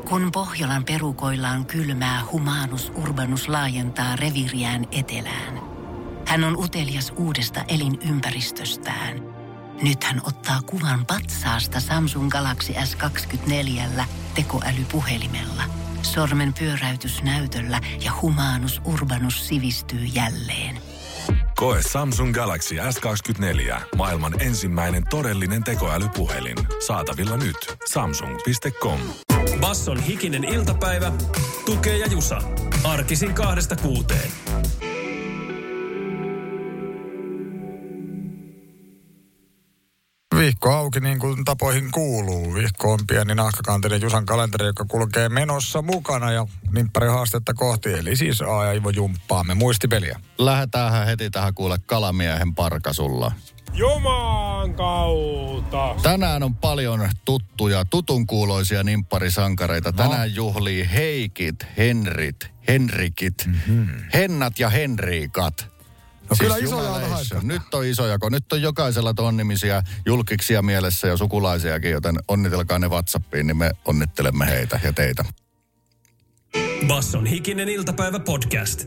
Kun Pohjolan perukoillaan kylmää, Humanus Urbanus laajentaa reviiriään etelään. Hän on utelias uudesta elinympäristöstään. Nyt hän ottaa kuvan patsaasta Samsung Galaxy S24 tekoälypuhelimella. Sormen pyöräytys näytöllä ja Humanus Urbanus sivistyy jälleen. Koe Samsung Galaxy S24. Maailman ensimmäinen todellinen tekoälypuhelin. Saatavilla nyt. Samsung.com. Basson hikinen iltapäivä. Tukee ja Jusa. Arkisin 2-6. Vihko auki niin kuin tapoihin kuuluu. Vihko on pieni nahkakantinen Jusan kalenteri, joka kulkee menossa mukana ja nimpparihaastetta kohti. Eli siis A ja Ivo jumppaamme muistipeliä. Lähdetäänhän heti tähän kuule kalamiehen parkasulla. Juman kautta! Tänään on paljon tuttuja, tutunkuuloisia nimpparisankareita. Tänään juhlii Heikit, Henrit, Henrikit, Hennat ja Henriikat. No siis kyllä isoja on haiskaa. Nyt on isoja, nyt on jokaisella ton nimisiä julkiksia mielessä ja sukulaisiakin, joten onnitelkaa ne WhatsAppiin, niin me onnittelemme heitä ja teitä. Basson hikinen iltapäivä podcast.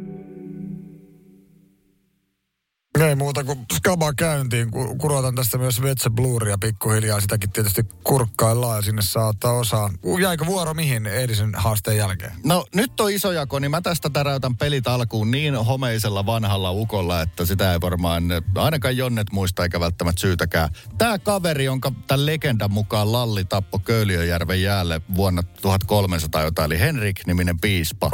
Ei muuta kuin skaba käyntiin. Kurotan tästä myös Vetsä-bluuria pikkuhiljaa. Sitäkin tietysti kurkkaillaan ja sinne saa ottaa osaa. Jäikö vuoro mihin eilisen haasteen jälkeen? No nyt on iso jako, niin mä tästä täräytän pelit alkuun niin homeisella vanhalla ukolla, että sitä ei varmaan ainakaan Jonnet muista eikä välttämättä syytäkään. Tää kaveri, jonka tämän legendan mukaan Lalli tappoi Köyliöjärven jäälle vuonna 1300 jotain, eli Henrik-niminen piispa.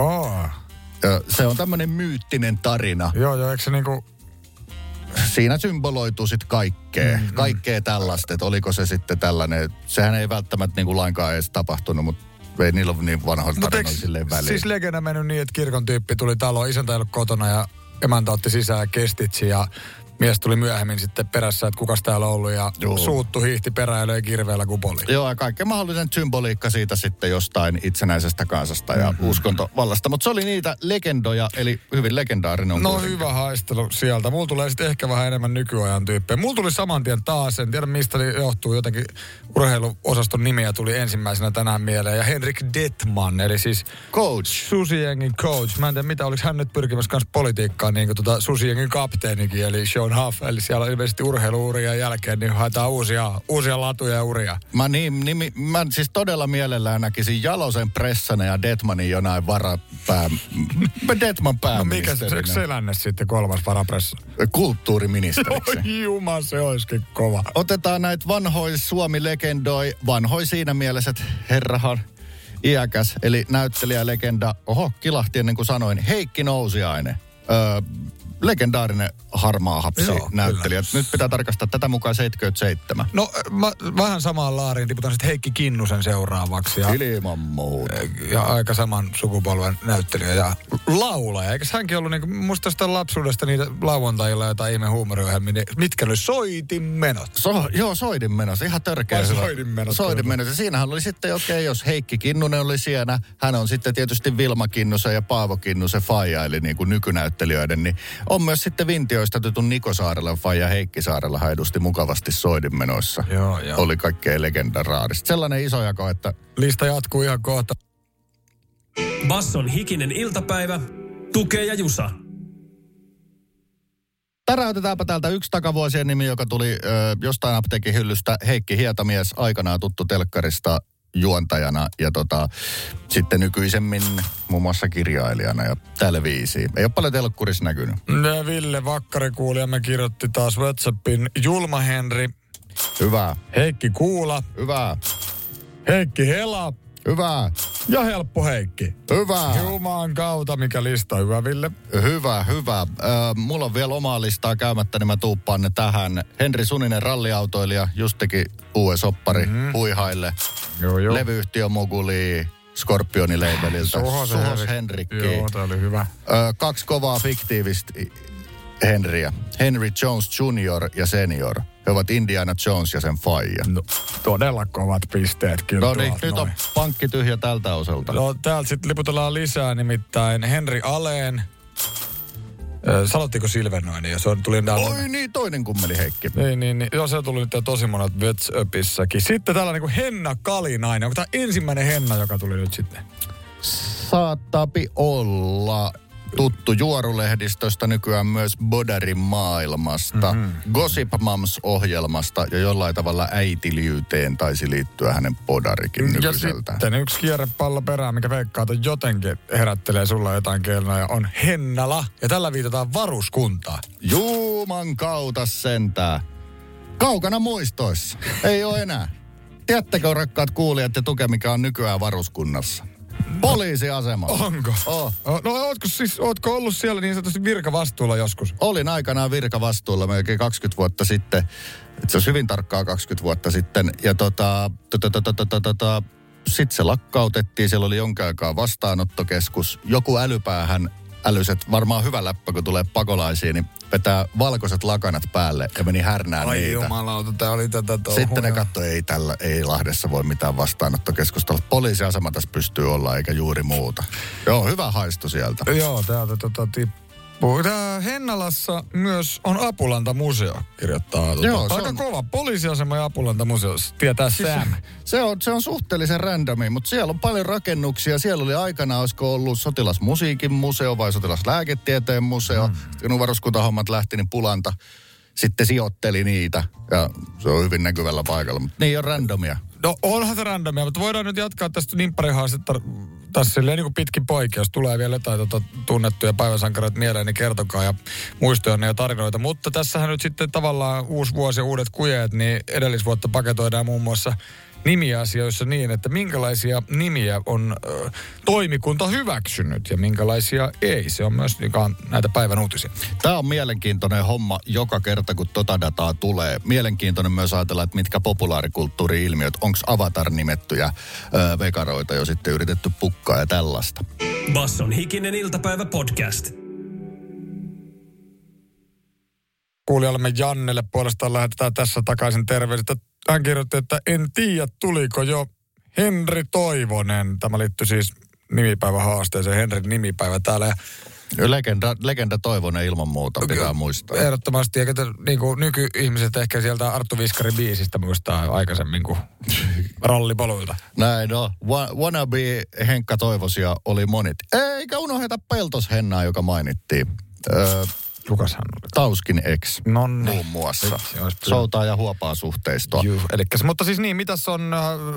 Se on tämmönen myyttinen tarina. Joo, eikö se niinku... Siinä symboloituu sitten kaikkea tällaista, että oliko se sitten tällainen, sehän ei välttämättä niin kuin lainkaan edes tapahtunut, mutta ei niillä ole niin vanhoilla tarinoilla silleen väliin. Siis legenda mennyt niin, että kirkon tyyppi tuli taloon, isäntä ei ollut kotona ja emäntä otti sisään kestitsi ja mies tuli myöhemmin sitten perässä, että kukas täällä on ollut ja suuttu, hiihti perään ja löi kirveellä kupoli. Joo, ja kaikkea mahdollinen symboliikka siitä sitten jostain itsenäisestä kansasta ja uskontovallasta. Mutta se oli niitä legendoja, eli hyvin legendaarinen on kuitenkin. Hyvä haistelu sieltä. Mulla tulee sitten ehkä vähän enemmän nykyajan tyyppejä. Mulla tuli saman tien taas, en tiedä mistä johtuu, jotenkin urheiluosaston nimiä tuli ensimmäisenä tänään mieleen. Ja Henrik Detman, eli siis coach. Susijengin coach. Mä en tiedä mitä, oliko hän nyt pyrkimässä kanssa politiikkaan, niin kuin Susijengin kapteenikin, eli Sean Huff. Eli siellä on ilmeisesti urheiluurien jälkeen, niin haetaan uusia latuja ja uria. Mä siis todella mielellään näkisin Jalosen pressana ja Detmanin jonain Detman pääministerinä. No mikä selänne sitten kolmas varapressa? Kulttuuriministeriksi. Oi juma, se olisikin kova. Otetaan näitä vanhoja Suomi-legendoi. Vanhoi siinä mielessä, että herrahan iäkäs, eli näyttelijä-legenda. Oho, kilahti ennen kuin sanoin. Heikki Nousiainen. Legendaarinen harmaa hapsi näyttelijä. Nyt pitää tarkastaa tätä mukaan 77. No mä vähän samaan laariin tiputan sitten Heikki Kinnusen seuraavaksi. Ilman muuta. Ja aika saman sukupolven näyttelijä ja laulaja. Eikä hänkin ollut niinku, musta sitä lapsuudesta niitä lauantajilla jotain ihme huumoriohjelmia, mitkä oli soitinmenot. Soitinmenot. Ihan törkeä. Soitinmenot. Ja siinähän oli sitten, jos Heikki Kinnunen oli siellä, hän on sitten tietysti Vilma Kinnusen ja Paavo Kinnusen faija, eli niin kuin nykynäyttelijöiden, niin on myös sitten Vintioista tutun Niko Saarella faija Heikki Saarella edusti mukavasti soidinmenoissa. Joo. Oli kaikkea legendaraarista. Sellainen iso jako, että... Lista jatkuu ihan kohta. Basson hikinen iltapäivä. Tukee ja Jusa. Täräytetäänpä täältä yksi takavuosien nimi, joka tuli jostain apteekin hyllystä. Heikki Hietamies, aikanaan tuttu telkkarista juontajana ja sitten nykyisemmin muun muassa kirjailijana ja televiisiin. Ei ole paljon telkkurissa näkynyt. Ville Vakkari-kuulijamme kirjoitti taas WhatsAppin Julma Henri. Hyvä. Heikki Kuula. Hyvä. Heikki Hela. Hyvä. Ja Helppo Heikki. Hyvä. Jumaan kautta, mikä lista. Hyvä, Ville. Hyvä. Mulla on vielä omaa listaa käymättä, niin mä tuuppaan ne tähän. Henri Suninen, ralliautoilija, just teki uuden soppari Huihaille. Joo. Levyyhtiö Moguli, Skorpioni-leibeliltä. Suhos Henrikki. Joo, tää oli hyvä. 2 kovaa fiktiivistä Henriä. Henry Jones Jr. ja Senior. He ovat Indiana Jones ja sen faija. No, todella kovat pisteet kyllä. No niin, nyt on pankki tyhjä tältä osalta. No, täältä sitten liputellaan lisää, nimittäin Henri Aleen. Sanottiinko Silvernoinen, ja se tuli... Oi niin, toinen kummeli Heikki. Niin. Joo, se tuli nyt jo tosi monet WhatsAppissakin. Sitten täällä niinku Henna Kalinainen. Onko tämä ensimmäinen Henna, joka tuli nyt sitten? Saattaapi olla tuttu Juorulehdistöstä, nykyään myös Bodarin maailmasta, Gossip Moms-ohjelmasta ja jollain tavalla äitiliyteen taisi liittyä hänen Bodarikin nykyiseltä. Ja sitten yksi kierrepallo perään, mikä veikkaa, että jotenkin herättelee sulla jotain keinoja, on Hennala. Ja tällä viitataan varuskuntaa. Juuman kautta sentää. Kaukana muistoissa. Ei ole enää. Tiedättekö, rakkaat kuulijat ja tuke, mikä on nykyään varuskunnassa? Poliisiasema. Onko? Oh. No ootko ollut siellä niin sanotusti virkavastuulla joskus? Olin aikanaan virkavastuulla melkein 20 vuotta sitten. Se olisi hyvin tarkkaa 20 vuotta sitten. Ja sitten se lakkautettiin. Siellä oli jonkin aikaa vastaanottokeskus. Joku älypäähän älyset, varmaan hyvä läppä, kun tulee pakolaisia, niin vetää valkoiset lakanat päälle ja meni härnään niitä. Ai jumalauta, tää oli tätä touhua. Sitten ne katsoi, ei Lahdessa voi mitään vastaanottokeskusta. Poliisiasema tässä pystyy olla, eikä juuri muuta. Joo, hyvä haisto sieltä. Joo, täältä tippuu. Tää Hennalassa myös on Apulanta-museo, kirjoittaa. Joo, aika kova. Poliisiasema ja Apulanta-museo, tietää Sam. Se on suhteellisen randomi, mutta siellä on paljon rakennuksia. Siellä oli aikanaan, olisiko ollut sotilasmusiikin museo vai sotilaslääketieteen museo. Sitten kun varuskuntahommat lähti, niin Pulanta sitten sijoitteli niitä. Ja se on hyvin näkyvällä paikalla, mutta niin on randomia. No onhan se randomia, mutta voidaan nyt jatkaa tästä nimpparihaastetta tässä silleen niin kuin pitkin poikki. Jos tulee vielä jotain tunnettuja päivänsankareita mieleen, niin kertokaa ja muistoja ja tarinoita. Mutta tässähän nyt sitten tavallaan uusi vuosi ja uudet kujeet, niin edellisvuotta paketoidaan muun muassa nimiasioissa niin, että minkälaisia nimiä on toimikunta hyväksynyt ja minkälaisia ei. Se on myös näitä päivän uutisia. Tämä on mielenkiintoinen homma joka kerta, kun tota dataa tulee. Mielenkiintoinen myös ajatella, että mitkä populaarikulttuuri-ilmiöt, onko Avatar-nimettyjä vekaroita jo sitten yritetty pukkaa ja tällaista. Basson hikinen iltapäivä podcast. Kuulijallemme Jannelle puolestaan lähetetään tässä takaisin terveiset. Hän kirjoitti, että en tiedä tuliko jo Henri Toivonen. Tämä liittyy siis nimipäivähaasteeseen, Henrin nimipäivä täällä. Ja Legenda Toivonen ilman muuta pitää muistaa. Ehdottomasti, eikä niin nykyihmiset ehkä sieltä Arttu Viskarin biisistä muistaa aikaisemmin kuin rallipoluilta. Näin no, wannabe Henkka Toivosia oli monit. Eikä unoheta Peltos Hennaa, joka mainittiin. Lukashan Tauskin ex, muun muassa. Soutaa ja huopaa suhteistoa. Mutta siis niin, mitäs on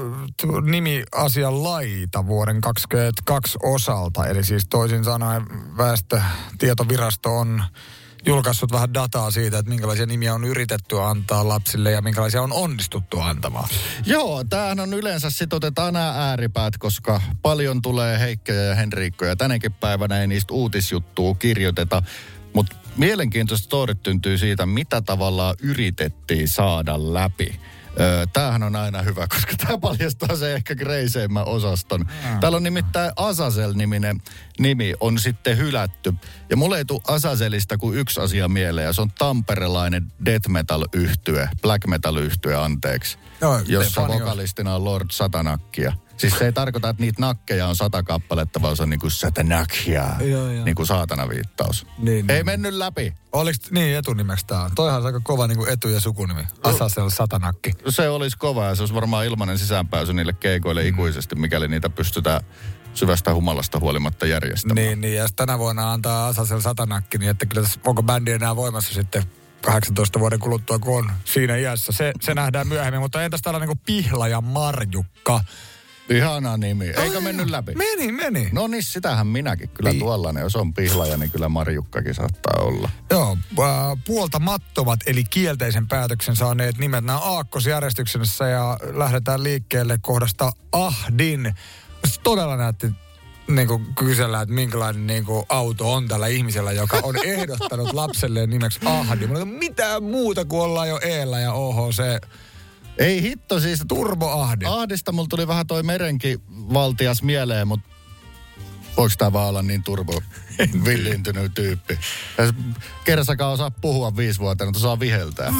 nimiasian laita vuoden 2022 osalta? Eli siis toisin sanoen Väestötietovirasto on julkaissut vähän dataa siitä, että minkälaisia nimiä on yritetty antaa lapsille ja minkälaisia on onnistuttu antamaan. Joo, tämähän on yleensä otetaan nämä ääripäät, koska paljon tulee Heikkejä ja Henriikkoja. Tänäkin päivänä ei niistä uutisjuttua kirjoiteta. Mutta mielenkiintoista storit syntyy siitä, mitä tavallaan yritettiin saada läpi. Tämähän on aina hyvä, koska tämä paljastaa se ehkä kreiseimmän osaston. Täällä on nimittäin Azazel-niminen nimi on sitten hylätty. Ja mulle ei tule Azazelista kuin yksi asia mieleen, ja se on tamperelainen death metal-yhtye, black metal-yhtye, anteeksi. Jossa vokalistina on Lord Satanakkia. Siis se ei tarkoita, että niitä nakkeja on 100 kappaletta, vaan se on niinku satanakia, niinku saatanaviittaus. Niin. Ei mennyt läpi. Oliko niin etunimeksi tää? Toihan on aika kova niinku etu- ja sukunimi. Azazel Satanakki. Se olisi kova ja se olisi varmaan ilmainen sisäänpääsy niille keikoille ikuisesti, mikäli niitä pystytään syvästä humalasta huolimatta järjestämään. Niin, ja tänä vuonna antaa Azazel Satanakki, niin että kyllä onko bändi enää voimassa sitten 18 vuoden kuluttua, kun on siinä iässä. Se nähdään myöhemmin, mutta entäs täällä niinku Pihla ja Marjukka? Ihana nimi. Eikö mennyt läpi? Meni. No niin, sitähän minäkin. Kyllä tuollainen, jos on Pihlaja, niin kyllä Marjukkakin saattaa olla. Joo, puoltamattomat eli kielteisen päätöksen saaneet nimet. Nämä aakkosjärjestyksessä ja lähdetään liikkeelle kohdasta Ahdin. Todella näytti kysellään, että minkälainen auto on tällä ihmisellä, joka on ehdottanut lapselleen nimeksi Ahdin. Mutta mitään muuta kuin ollaan jo Eellä ja OHC. Ei hitto siis. Turbo Ahdi. Ahdista mulla tuli vähän toi merenkin valtias mieleen, mutta voiko tää vaan olla niin turbo villiintynyt tyyppi? Kersakaan osaa puhua 5-vuotiaana, saa viheltää.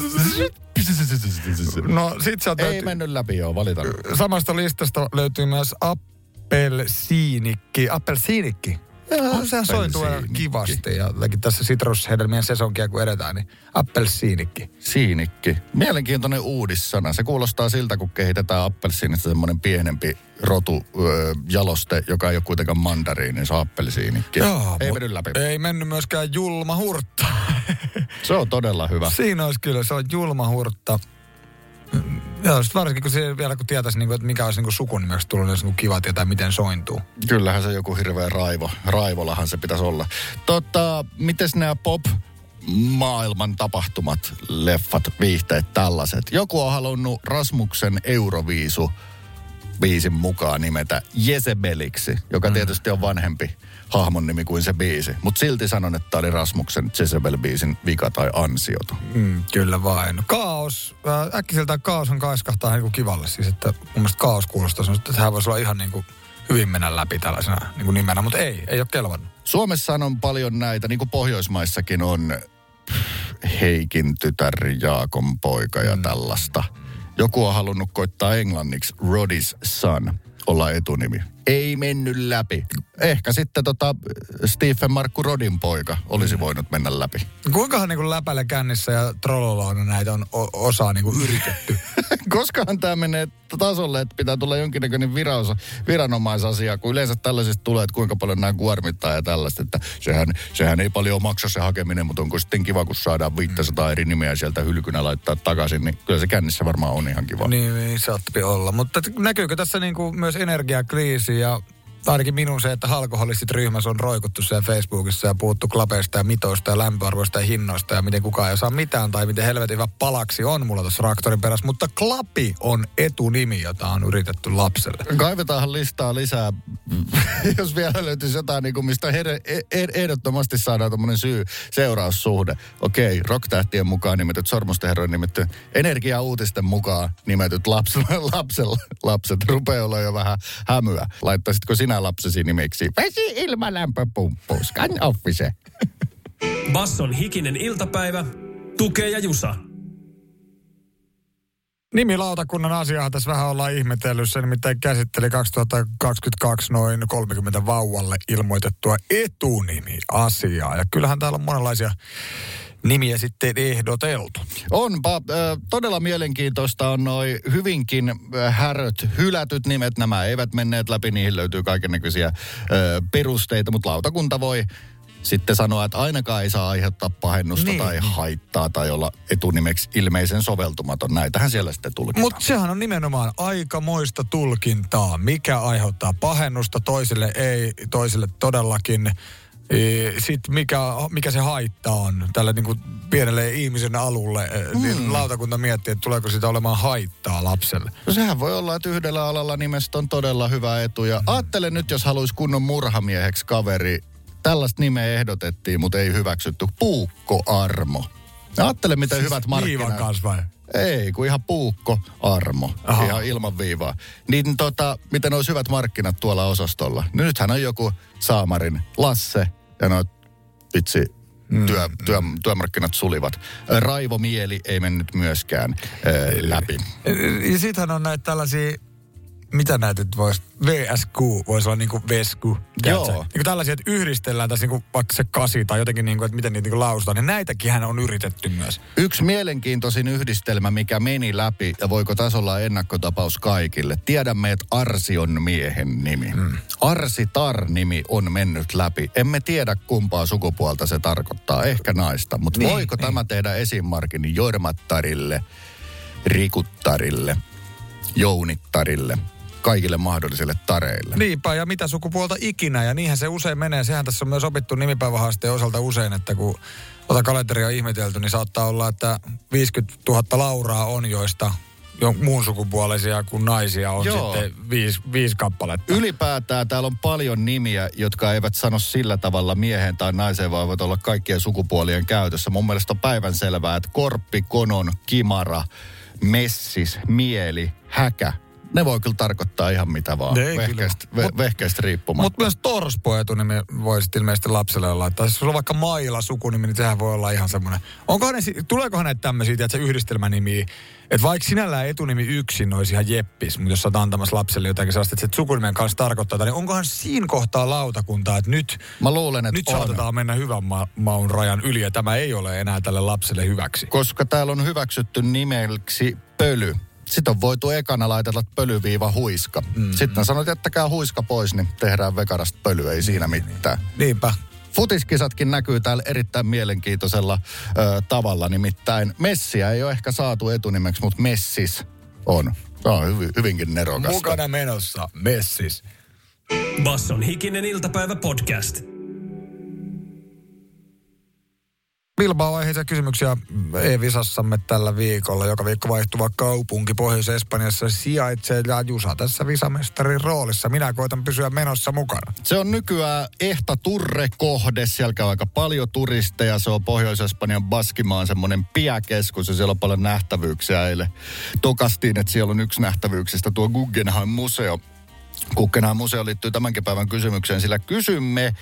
No sit sä ei mennyt läpi valitan. Samasta listasta löytyy myös appelsiinikki. Appelsiinikki? Sehän sointuu kivasti ja tässä sitrushedelmien sesonkia kun edetään, niin appelsiinikki. Siinikki. Mielenkiintoinen uudissana. Se kuulostaa siltä, kun kehitetään appelsiinista semmoinen pienempi jaloste, joka ei ole kuitenkaan mandariini, niin se on appelsiinikki. Joo, ei mennyt läpi. Ei mennyt myöskään julma hurtta. Se on todella hyvä. Siinä olisi kyllä, se on julma hurtta. Joo, varsinkin kun tietäisi, että mikä olisi sukunimeksi tullut, niin olisi kiva tietää, miten sointuu. Kyllähän se joku hirveä raivolahan se pitäisi olla. Mites nämä pop-maailman tapahtumat, leffat, viihteet, tällaiset? Joku on halunnut Rasmuksen Euroviisu-biisin mukaan nimetä Jezebeliksi, joka tietysti on vanhempi hahmon nimi kuin se biisi. Mutta silti sanon, että tämä oli Rasmuksen Jezebel-biisin vika tai ansiota. Kyllä vain. No, kaos. Äkkiseltään kaoshan kaiskahtaa niin kuin kivalle. Siis, että mun mielestä kaos kuulostaa, että tämä voisi olla ihan niin kuin hyvin mennä läpi tällaisena niin kuin nimenä. Mutta ei ole kelvannut. Suomessa on paljon näitä, niin kuin Pohjoismaissakin on Heikin tytär, Jaakon poika ja tällaista. Joku on halunnut koittaa englanniksi Roddy's son olla etunimi. Ei mennyt läpi. Ehkä sitten Stephen Markku Rodin poika olisi voinut mennä läpi. Kuinkahan niin kuin läpällä kännissä ja trollolaana näitä on osaa niin kuin yritetty? Koskahan tämä menee tasolle, että pitää tulla jonkinnäköinen viranomaisasia, kun yleensä tällaisista tulee, että kuinka paljon nämä kuormittaa ja tällaista, että sehän ei paljon maksa se hakeminen, mutta onko sitten kiva, kun saadaan 500 eri nimeä sieltä hylkynä laittaa takaisin, niin kyllä se kännissä varmaan on ihan kiva. Niin saattaa olla, mutta näkyykö tässä niin kuin myös energiakriisi ja ainakin minun se, että alkoholistit ryhmässä on roikuttu siellä Facebookissa ja puhuttu klapeista ja mitoista ja lämpöarvoista ja hinnoista ja miten kukaan ei osaa mitään tai miten helvetin hyvä palaksi on mulla tuossa traktorin perässä. Mutta klapi on etunimi, jota on yritetty lapselle. Kaivetaanhan listaa lisää, jos vielä löytyisi jotain, niin kuin mistä ehdottomasti saadaan tommoinen seuraussuhde. Okei, rocktähtien mukaan nimetyt, sormusten herrojen nimetty, energiauutisten mukaan nimetyt lapset. Rupeaa olla jo vähän hämyä. Laittaisitko sinä lapsesi nimeksi vesi-ilmalämpöpumppu, Scan Office? Basson hikinen iltapäivä, Tukee ja Jusa. Nimilautakunnan asiaa tässä vähän ollaan ihmetellyt. Se nimittäin käsitteli 2022 noin 30 vauvalle ilmoitettua etunimi-asiaa. Ja kyllähän täällä on monenlaisia nimiä sitten ehdoteltu. Onpa. Todella mielenkiintoista on noi hyvinkin hylätyt nimet. Nämä eivät menneet läpi, niihin löytyy kaikennäköisiä perusteita, mutta lautakunta voi sitten sanoa, että ainakaan ei saa aiheuttaa pahennusta tai haittaa tai olla etunimeksi ilmeisen soveltumaton. Näitähän siellä sitten tulkitaan. Mutta sehän on nimenomaan aikamoista tulkintaa. Mikä aiheuttaa pahennusta, toisille ei, toisille todellakin. Sitten mikä se haitta on tällä niin kuin pienelle ihmisen alulle, niin lautakunta miettii, että tuleeko sitä olemaan haittaa lapselle. No sehän voi olla, että yhdellä alalla nimestä on todella hyvä etu. Ja ajattele nyt, jos haluaisi kunnon murhamieheksi kaveri. Tällaista nimeä ehdotettiin, mutta ei hyväksytty. Puukko Armo. Ajattele, miten siis hyvät markkinat. Viivan kanssa vai? Ei, kun ihan Puukko Armo. Aha. Ihan ilman viivaa. Niin miten olisi hyvät markkinat tuolla osastolla. Nythän on joku Saamarin Lasse ja vitsi työmarkkinat sulivat. Raivo Mieli ei mennyt myöskään läpi. Ja sittenhän on näitä tällaisia, mitä näitä nyt voisi, VSQ voisi olla niinku Vesku. Joo. Niinku tällaisia, että yhdistellään tässä niinku vaikka se 8 tai jotenkin niinku, että miten niitä niinku lausutaan. Niin näitäkinhän on yritetty myös. Yksi mielenkiintoisin yhdistelmä, mikä meni läpi, ja voiko tässä olla ennakkotapaus kaikille. Tiedämme, että Arsi on miehen nimi. Arsi Tar-nimi on mennyt läpi. Emme tiedä, kumpaa sukupuolta se tarkoittaa. Ehkä naista. Mutta voiko tämä tehdä esimerkin Jormattarille, Rikuttarille, Jounittarille, kaikille mahdollisille tareille? Niinpä, ja mitä sukupuolta ikinä, ja niinhän se usein menee. Sehän tässä on myös opittu nimipäivähaasteen osalta usein, että kun kalenteria on ihmetelty, niin saattaa olla, että 50 000 Lauraa on, joista muun sukupuolisia kuin naisia on sitten 5 kappaletta. Ylipäätään täällä on paljon nimiä, jotka eivät sano sillä tavalla miehen tai naiseen, vaan voivat olla kaikkien sukupuolien käytössä. Mun mielestä on päivänselvää, että Korppi, Konon, Kimara, Messis, Mieli, Häkä. Ne voi kyllä tarkoittaa ihan mitä vaan. Vehkeistä riippumatta. Mutta myös Torspo-etunimi voisit ilmeisesti lapselle laittaa. Jos sulla on vaikka Maila sukunimi, niin sehän voi olla ihan semmoinen. Tuleekohan näitä tämmöisiä, tiedätkö, yhdistelmänimiä? Että vaikka sinällään etunimi yksin olisi ihan jeppis, mutta jos sä oot antamassa lapselle jotakin sellaista, että se sukunimen kanssa tarkoittaa, niin onkohan siinä kohtaa lautakuntaa, että nyt, mä luulen, että nyt saatetaan mennä hyvän maun rajan yli ja tämä ei ole enää tälle lapselle hyväksi. Koska täällä on hyväksytty nimeksi Pöly. Sitten on voitu ekana laitella pöly-huiska. Sitten sanot, jättäkää huiska pois, niin tehdään vekarasta pöly, ei siinä mitään. Niinpä. Futiskisatkin näkyy täällä erittäin mielenkiintoisella tavalla. Nimittäin Messiä ei ole ehkä saatu etunimeksi, mutta Messis on. Se on hyvinkin nerokasta. Mukana menossa Messis. Basson hikinen iltapäivä podcast. Bilbao-aiheisia kysymyksiä E-visassamme tällä viikolla. Joka viikko vaihtuva kaupunki Pohjois-Espanjassa sijaitsee ja Jusa tässä visamestarin roolissa. Minä koitan pysyä menossa mukana. Se on nykyään ehta turrekohde. Siellä käy aika paljon turisteja. Se on Pohjois-Espanjan Baskimaan semmoinen piäkeskus ja siellä on paljon nähtävyyksiä. Eilen tokastiin, että siellä on yksi nähtävyyksistä tuo Guggenheim-museo. Guggenheim-museo liittyy tämänkin päivän kysymykseen, sillä kysymme,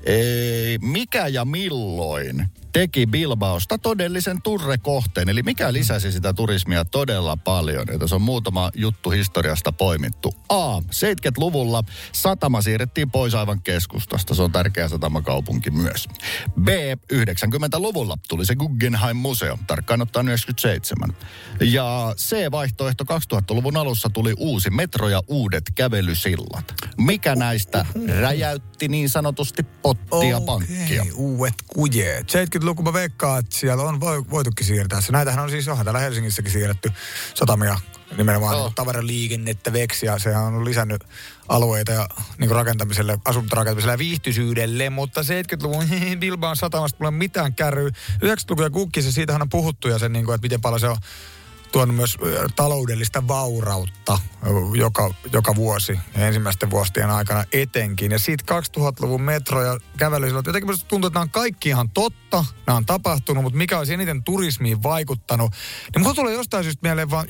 mikä ja milloin teki Bilbaosta todellisen turrekohteen, eli mikä lisäsi sitä turismia todella paljon. Ja tässä on muutama juttu historiasta poimittu. A. 70-luvulla satama siirrettiin pois aivan keskustasta. Se on tärkeä satamakaupunki myös. B. 90-luvulla tuli se Guggenheim-museo, tarkkaan ottaen 97. Ja C. Vaihtoehto 2000-luvun alussa tuli uusi metro ja uudet kävelysillat. Mikä näistä räjäytti niin sanotusti pottia pankkia? Uudet kujeet. 70-luku mä veikkaan, että siellä on voitukin siirtää se. Näitähän on siis täällä Helsingissäkin siirretty satamia, nimenomaan tavaraliikennettä veksi, ja sehän on lisännyt alueita ja niin rakentamiselle, asuntorakentamiselle ja viihtyisyydelle, mutta 70-luvun Bilbaon satamasta mulla ei mitään kärryä. 90-luvun ja kukkissa, siitähän on puhuttu ja sen, että miten paljon se on tuonut myös taloudellista vaurautta joka vuosi ja ensimmäisten vuosien aikana etenkin. Ja siitä 2000-luvun metro ja kävelysillat, jotenkin tuntuu, että nämä on kaikki ihan totta, nämä on tapahtunut, mutta mikä olisi eniten turismiin vaikuttanut. Niin mulla tulee jostain syystä mieleen vaan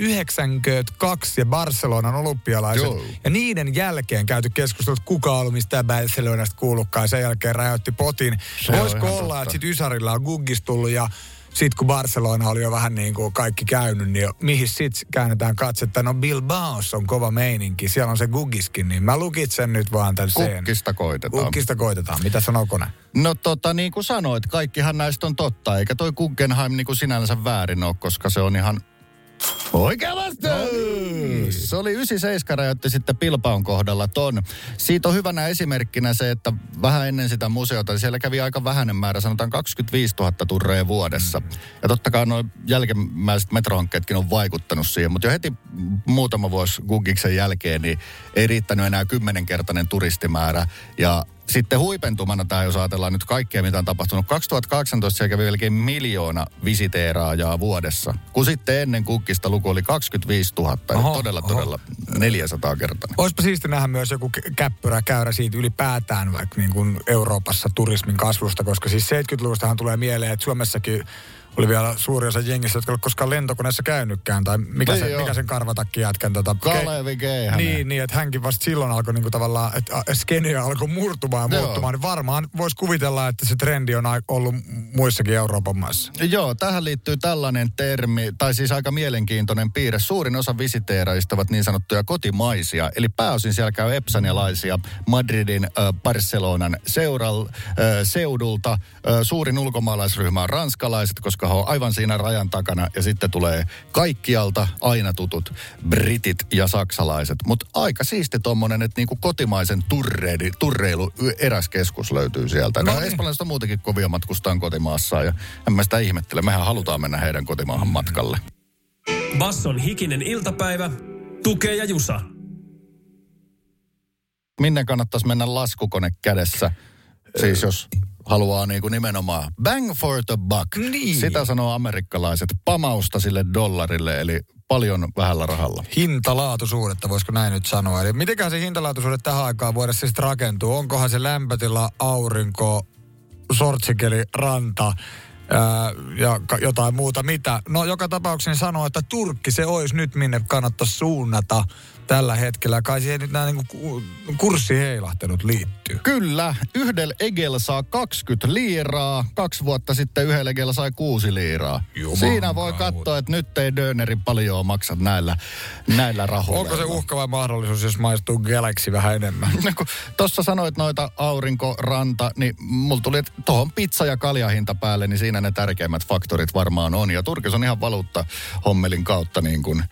92 ja Barcelonan olympialaiset. Joo. Ja niiden jälkeen käyty keskustelut, että kuka on ollut mistään Barcelonasta kuullutkaan, ja sen jälkeen räjäytti potin. Voisiko olla, että sitten Ysarilla on Guggis tullut ja sitten kun Barcelona oli jo vähän niin kuin kaikki käynyt, niin mihin sitten käännetään katsetta? No Bilbaossa on kova meininki, siellä on se Guggiskin, niin mä lukitsen nyt vaan tämän sen. Kukkista koitetaan. Mitä sanoo kone? No niin kuin sanoit, kaikkihan näistä on totta, eikä toi Guggenheim niin kuin sinänsä väärin ole, koska se on ihan oikea vastaus! Se oli 97 räjäytti sitten Bilbaon kohdalla ton. Siitä on hyvänä esimerkkinä se, että vähän ennen sitä museota siellä kävi aika vähäinen määrä, sanotaan 25 000 turreja vuodessa. Ja totta kai nuo jälkimmäiset metrohankkeetkin on vaikuttanut siihen, mutta jo heti muutama vuosi Guggiksen jälkeen niin ei riittänyt enää 10-kertainen turistimäärä. Ja sitten huipentumana tämä, jos ajatellaan nyt kaikkea, mitä on tapahtunut. 2018 siellä kävi melkein 1 miljoona visiteeraajaa vuodessa. Kun sitten ennen Guggista luku oli 25 000. Todella 400 kertaa. Olisipa siisti nähdä myös joku käppyräkäyrä siitä ylipäätään vaikka niin kuin Euroopassa turismin kasvusta, koska siis 70-luvustahan tulee mieleen, että Suomessakin oli vielä suuri osa jengissä, jotka ei ole koskaan lentokoneessa käynytkään, tai mikä sen karvatakki jätkän Kalevi G. Niin, että hänkin vasta silloin alkoi niinku tavallaan, että skene alkoi murtumaan ja muuttumaan, niin varmaan voisi kuvitella, että se trendi on ollut muissakin Euroopan maissa. Joo, tähän liittyy tällainen termi, tai siis aika mielenkiintoinen piirre. Suurin osa visiteeraajista ovat niin sanottuja kotimaisia, eli pääosin siellä käy epsanialaisia Madridin, Barcelonan seudulta. Suurin ulkomaalaisryhmä on ranskalaiset, koska he on aivan siinä rajan takana, ja sitten tulee kaikkialta aina tutut britit ja saksalaiset. Mutta aika siisti tommonen, että niinku kotimaisen turreilu eräskeskus löytyy sieltä. No, espanjalaiset on muutenkin kovia matkustaan kotimaassaan, ja en mä sitä ihmettele. Mehän halutaan mennä heidän kotimaahan matkalle. Basson hikinen iltapäivä, Tukee ja Jusa. Minne kannattaisi mennä laskukone kädessä? Siis jos haluaa niinku nimenomaan bang for the buck. Niin. Sitä sanoo amerikkalaiset. Pamausta sille dollarille, eli paljon vähällä rahalla. Hintalaatuisuudetta, voisiko näin nyt sanoa. Eli mitenköhän se hintalaatuisuudet tähän aikaan vuodessa siis rakentuu? Onkohan se lämpötila, aurinko, sortsikeli, ranta ja jotain muuta mitä? No joka tapauksessa sanoo, että Turkki se olisi nyt minne kannattaisi suunnata. tällä hetkellä. Kai siihen nyt nämä niinku kurssi heilahtanut liittyy. Kyllä, yhdellä egellä saa 20 liiraa. 2 vuotta sitten yhdellä egellä sai 6 liiraa. Siinä voi katsoa, että nyt ei Dönerin paljon maksa näillä rahoilla. Onko se uhkava mahdollisuus, jos maistuu Galaxy vähän enemmän? Kun tuossa sanoit noita aurinko, ranta, niin mulla tuli, että tuohon pizza- ja kaljahinta päälle, niin siinä ne tärkeimmät faktorit varmaan on. Ja Turkissa on ihan valuutta hommelin kautta niin kuin,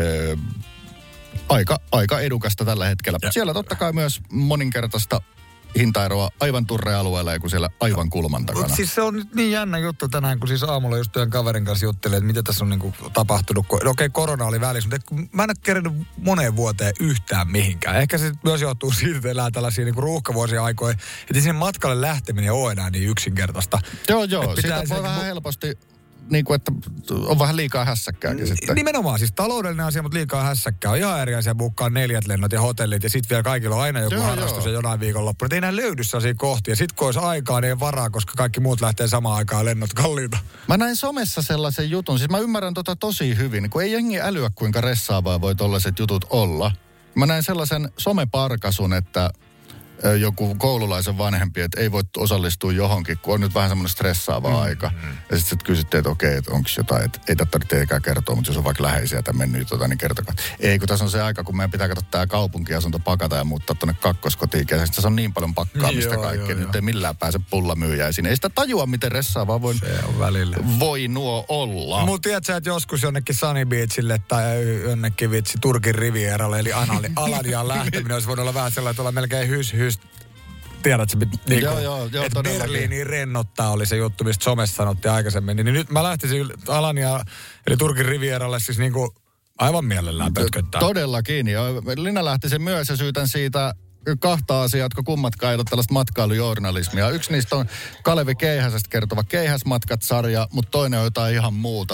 aika edukasta tällä hetkellä. Siellä totta kai myös moninkertaista hintaeroa aivan turrealueella, kun siellä aivan kulman takana. Mutta siis se on nyt niin jännä juttu tänään, kun siis aamulla just työn kaverin kanssa juttelin, että mitä tässä on niinku tapahtunut. Okei, korona oli välissä, mutta mä en ole kerännyt moneen vuoteen yhtään mihinkään. Ehkä se myös johtuu siitä, että elää tällaisia niinku ruuhkavuosia aikoja, että sinne matkalle lähteminen ole enää niin yksinkertaista. Joo, siitä voi vähän helposti, niin kuin, että on vähän liikaa hässäkkääkin sitten. Nimenomaan, siis taloudellinen asia, mutta liikaa hässäkkää. On ihan eri asia bukkaa 4 lennot ja hotellit ja sitten vielä kaikilla on aina joku harrastus ja jonain viikonloppu. Ei enää löydy sellaisia kohtia. Sitten kun olisi aikaa, niin ei varaa, koska kaikki muut lähtee samaan aikaan lennot kalliita. Mä näin somessa sellaisen jutun, siis mä ymmärrän tosi hyvin, kun ei jengi älyä kuinka ressaavaa voi tollaiset jutut olla. Mä näin sellaisen someparkasun, että joku koululaisen vanhempi, että ei voi osallistua johonkin, kun on nyt vähän semmoinen stressaava aika. Ja sitten kysyttiin, että okei, että onko jotain, että ei tätä teekään kertoa, mutta jos on vaikka läheisiä tai mennyt niin kertokaa. Ei, kun tässä on se aika, kun meidän pitää katsoa tämä kaupunkiasunto pakata ja muuttaa tuonne kakkoskotiin. Ja sitten se on niin paljon pakkaamista kaikkea. Nyt ei millään pääse pullamyyjäisiin. Ei sitä tajua, miten ressaavaa voi nuo olla. Mutta tiedätkö, että joskus jonnekin Sunny Beachille tai jonnekin Turkin Rivieralle, eli Alaniaan lähteminen olisi voinut olla vähän sellainen, että olla melkein hys. Tiedätkö, niin että Berliiniin rennottaa oli se juttu, mistä somessa sanottiin aikaisemmin. Niin nyt mä lähtisin Alania, eli Turkin Rivieralle siis niinku aivan mielellään pötköttää. Todellakin. Ja Lina lähti sen myös ja syytän siitä 2 asiaa, jotka kummatkaan ei ole tällaista matkailujournalismia. Yksi niistä on Kalevi Keihäsestä kertova Keihäsmatkat-sarja, mutta toinen on jotain ihan muuta.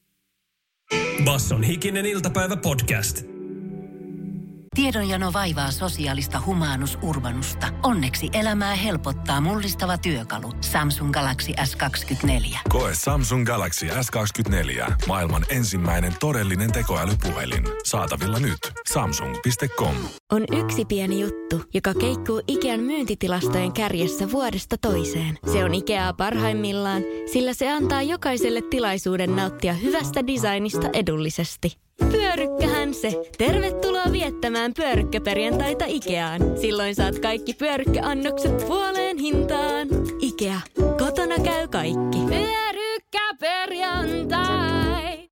Basson hikinen iltapäivä podcast. Tiedonjano vaivaa sosiaalista humanus urbanusta. Onneksi elämää helpottaa mullistava työkalu. Samsung Galaxy S24. Koe Samsung Galaxy S24. Maailman ensimmäinen todellinen tekoälypuhelin. Saatavilla nyt. Samsung.com. On yksi pieni juttu, joka keikkuu Ikean myyntitilastojen kärjessä vuodesta toiseen. Se on Ikeaa parhaimmillaan, sillä se antaa jokaiselle tilaisuuden nauttia hyvästä designista edullisesti. Pyörykkähän se. Tervetuloa viettämään pyörykkäperjantaita Ikeaan. Silloin saat kaikki pyörykkäannokset puoleen hintaan. Ikea. Kotona käy kaikki. Pyörykkäperjantai.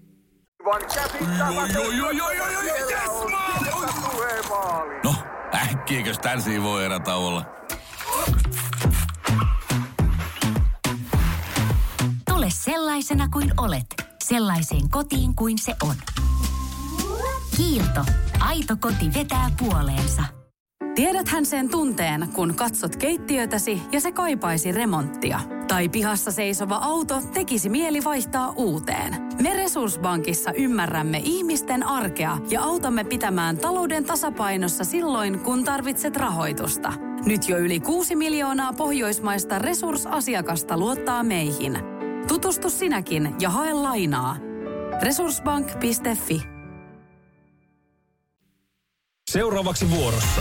No, äkkiäkös tän voi erätä olla? Tule sellaisena kuin olet. Sellaiseen kotiin kuin se on. Kiilto. Aito koti vetää puoleensa. Tiedäthän sen tunteen, kun katsot keittiötäsi ja se kaipaisi remonttia. Tai pihassa seisova auto tekisi mieli vaihtaa uuteen. Me Resurssbankissa ymmärrämme ihmisten arkea ja autamme pitämään talouden tasapainossa silloin, kun tarvitset rahoitusta. Nyt jo yli 6 miljoonaa pohjoismaista resursasiakasta luottaa meihin. Tutustu sinäkin ja hae lainaa. Resurssbank.fi. Seuraavaksi vuorossa.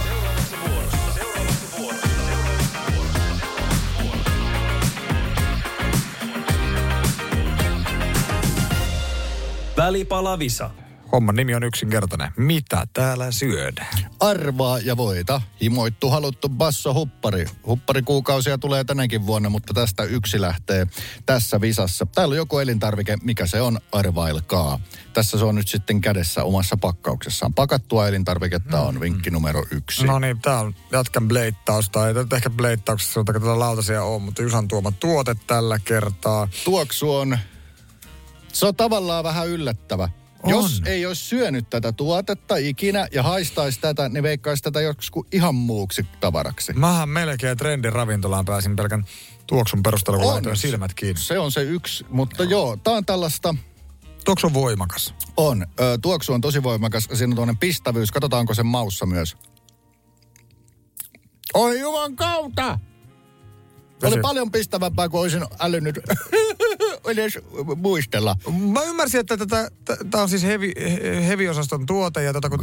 Välipalavisa. Homman nimi on yksinkertainen. Mitä täällä syödään? Arvaa ja voita. Himoittu haluttu bassohuppari. Hupparikuukausia tulee tänäkin vuonna, mutta tästä yksi lähtee tässä visassa. Täällä on joku elintarvike, mikä se on, arvailkaa. Tässä se on nyt sitten kädessä omassa pakkauksessaan. Pakattua elintarviketta on vinkki numero 1. No niin, tää on jatkan bleittausta. Ei tätä ehkä bleittauksessa sanotaan, että tätä lautasia on, mutta Jusan tuoma tuote tällä kertaa. Tuoksu on, se on tavallaan vähän yllättävä. Jos ei olisi syönyt tätä tuotetta ikinä ja haistaisi tätä, niin veikkaisi tätä joskus ihan muuksi tavaraksi. Mähän melkein trendin ravintolaan pääsin pelkän tuoksun perusteella, kun laitoin silmät kiinni. Se on se yksi, mutta joo, tää on tällaista. Tuoksu on voimakas. On. Tuoksu on tosi voimakas. Siinä on tuollainen pistävyys. Katsotaanko sen maussa myös. Oi juman kautta! Oli paljon pistävämpää, kuin olisin älynyt edes muistella. Mä ymmärsin, että tää on siis heavy-osaston tuote ja kun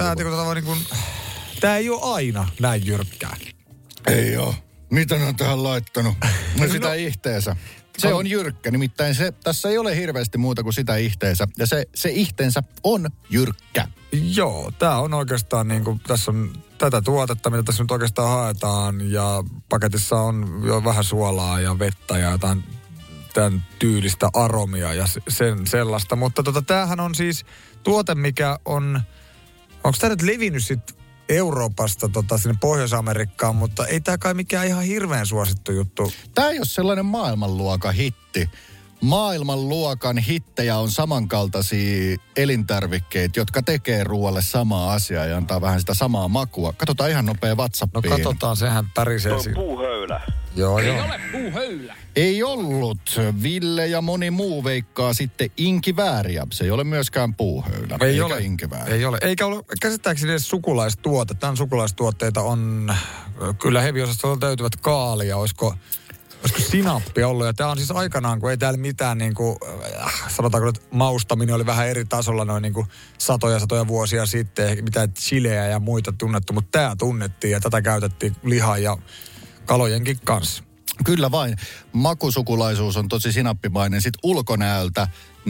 tää ei ole aina näin jyrkkää. Ei oo. Mitä ne on tähän laittanut? No sitä ihteensä. Se on jyrkkä, nimittäin tässä ei ole hirveästi muuta kuin sitä ihteensä. Ja se ihteensä on jyrkkä. Joo, tää on oikeastaan tässä on tätä tuotetta, mitä tässä nyt oikeastaan haetaan. Ja paketissa on jo vähän suolaa ja vettä ja jotain tämän tyylistä aromia ja sellaista. Mutta tämähän on siis tuote, mikä on, onko tämä nyt levinnyt sitten Euroopasta sinne Pohjois-Amerikkaan, mutta ei tämä kai mikään ihan hirveän suosittu juttu. Tämä ei ole sellainen maailmanluokan hitti. Maailmanluokan hittejä on samankaltaisia elintarvikkeita, jotka tekee ruoalle samaa asiaa ja antaa vähän sitä samaa makua. Katsotaan ihan nopea WhatsAppiin. No katsotaan, sehän pärisee. Se on puuhöylä. Joo. Ei ole puuhöylä. Ei ollut. Ville ja moni muu veikkaa sitten inkivääriä. Se ei ole myöskään puuhöylä. Ei ole inkivääriä. Ei ole. Eikä ole käsittääkseni edes sukulaistuote. Tämän sukulaistuotteita on kyllä heavy-osastolta löytyvät kaalia. Olisiko sinappi ollut? Ja tämä on siis aikanaan, kun ei täällä mitään sanotaanko nyt maustaminen oli vähän eri tasolla noin satoja vuosia sitten. Ehkä mitään chileä ja muita tunnettu, mutta tämä tunnettiin ja tätä käytettiin lihan ja kalojenkin kanssa. Kyllä vain. Makusukulaisuus on tosi sinappimainen. Sitten ulkonäöltä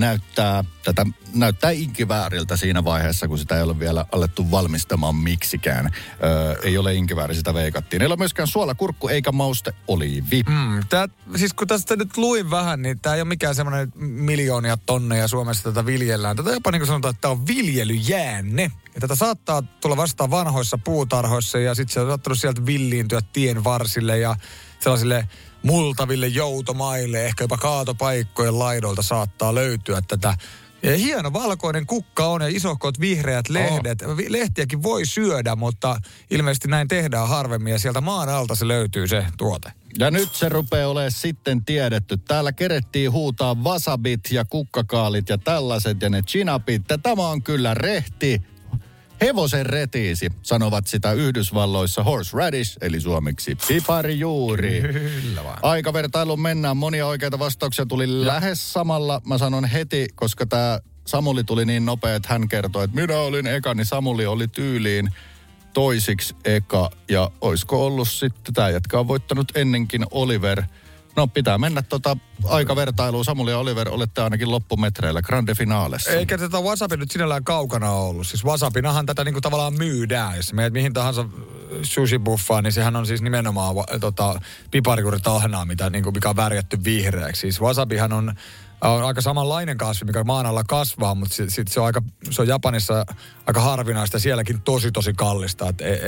näyttää inkivääriltä siinä vaiheessa, kun sitä ei ole vielä alettu valmistamaan miksikään. Ei ole inkivääri, sitä veikattiin. Ei ole myöskään suolakurkku eikä mauste oliivi. Siis kun tästä nyt luin vähän, niin tämä ei ole mikään semmoinen miljoonia tonneja Suomessa tätä viljellään. Tätä jopa niin kuin sanotaan, että tämä on viljelyjäänne. Ja tätä saattaa tulla vastaan vanhoissa puutarhoissa ja sitten se on saattanut sieltä villiintyä tien varsille ja sellaisille multaville joutomaille, ehkä jopa kaatopaikkojen laidoilta saattaa löytyä tätä. Ja hieno valkoinen kukka on ja isohkot vihreät lehdet. Lehtiäkin voi syödä, mutta ilmeisesti näin tehdään harvemmin ja sieltä maan alta se löytyy se tuote. Ja nyt se rupeaa olemaan sitten tiedetty. Täällä kerettiin huutaa wasabit ja kukkakaalit ja tällaiset ja ne chinapit. Tämä on kyllä rehti. Hevosen retiisi, sanovat sitä Yhdysvalloissa horseradish, eli suomeksi piparijuuri. Kyllä vaan. Aikavertailuun mennään. Monia oikeita vastauksia tuli lähes samalla. Mä sanon heti, koska tämä Samuli tuli niin nopea, että hän kertoi, että minä olin eka, niin Samuli oli tyyliin toisiksi eka. Ja oisko ollut sitten, tämä jätkä on voittanut ennenkin Oliver. No pitää mennä aikavertailuun. Samuli ja Oliver, olette ainakin loppumetreillä grande finaalessa. Eikä tätä wasabi nyt sinällään kaukana ollut. Siis wasabinahan tätä tavallaan myydään. Jos meet mihin tahansa sushi-buffaan, niin sehän on siis nimenomaan piparijuuritahnaa, mikä on värjätty vihreäksi. Siis wasabihan on aika samanlainen kasvi, mikä maan alla kasvaa, mutta se on Japanissa aika harvinaista ja sielläkin tosi kallista.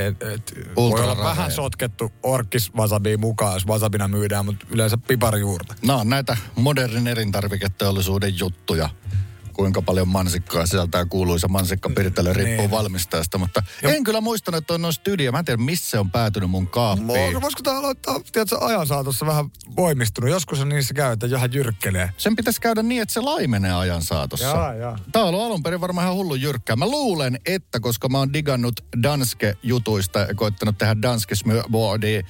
Voi olla vähän sotkettu orkkis-wasabiin mukaan, jos wasabina myydään, mutta yleensä piparijuurta. No näitä modernin elintarviketeollisuuden juttuja. Kuinka paljon mansikkaa sisältää kuuluisa mansikkapirtelö, riippuu valmistajasta. Mutta en kyllä muistanut, että on noissa tyyliä. Mä en tiedä, missä se on päätynyt mun kaappiin. Voisiko tämä aloittaa, ajan saatossa vähän voimistunut? Joskus on niissä käy, että johan jyrkkelee. Sen pitäisi käydä niin, että se laimenee ajan saatossa. Jaa. Tämä on ollut alun perin varmaan ihan hullu jyrkkää. Mä luulen, että koska mä oon digannut Danske-jutuista ja koittanut tehdä Danske smørbrød,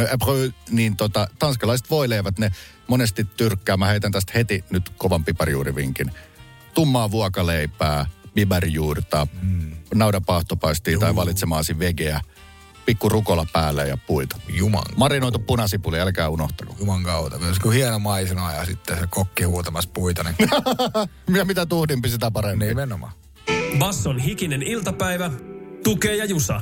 niin tanskalaiset voileivät ne monesti tyrkkää. Mä heitän tästä heti nyt kovan piparijuurivinkin. Tummaa vuokaleipää, biberijuurta, naudapahtopaistia tai valitsemaasi vegeä, pikku rukola päälle ja puita. Marinoitu punasipuli, älkää unohtako. Juman kautta. Myös kun hieno maisena ja sitten se kokki huutamassa puita. Niin... ja mitä tuhdimpi, sitä paremmin. Nimenomaan. Basson hikinen iltapäivä, Tukee ja Jusa.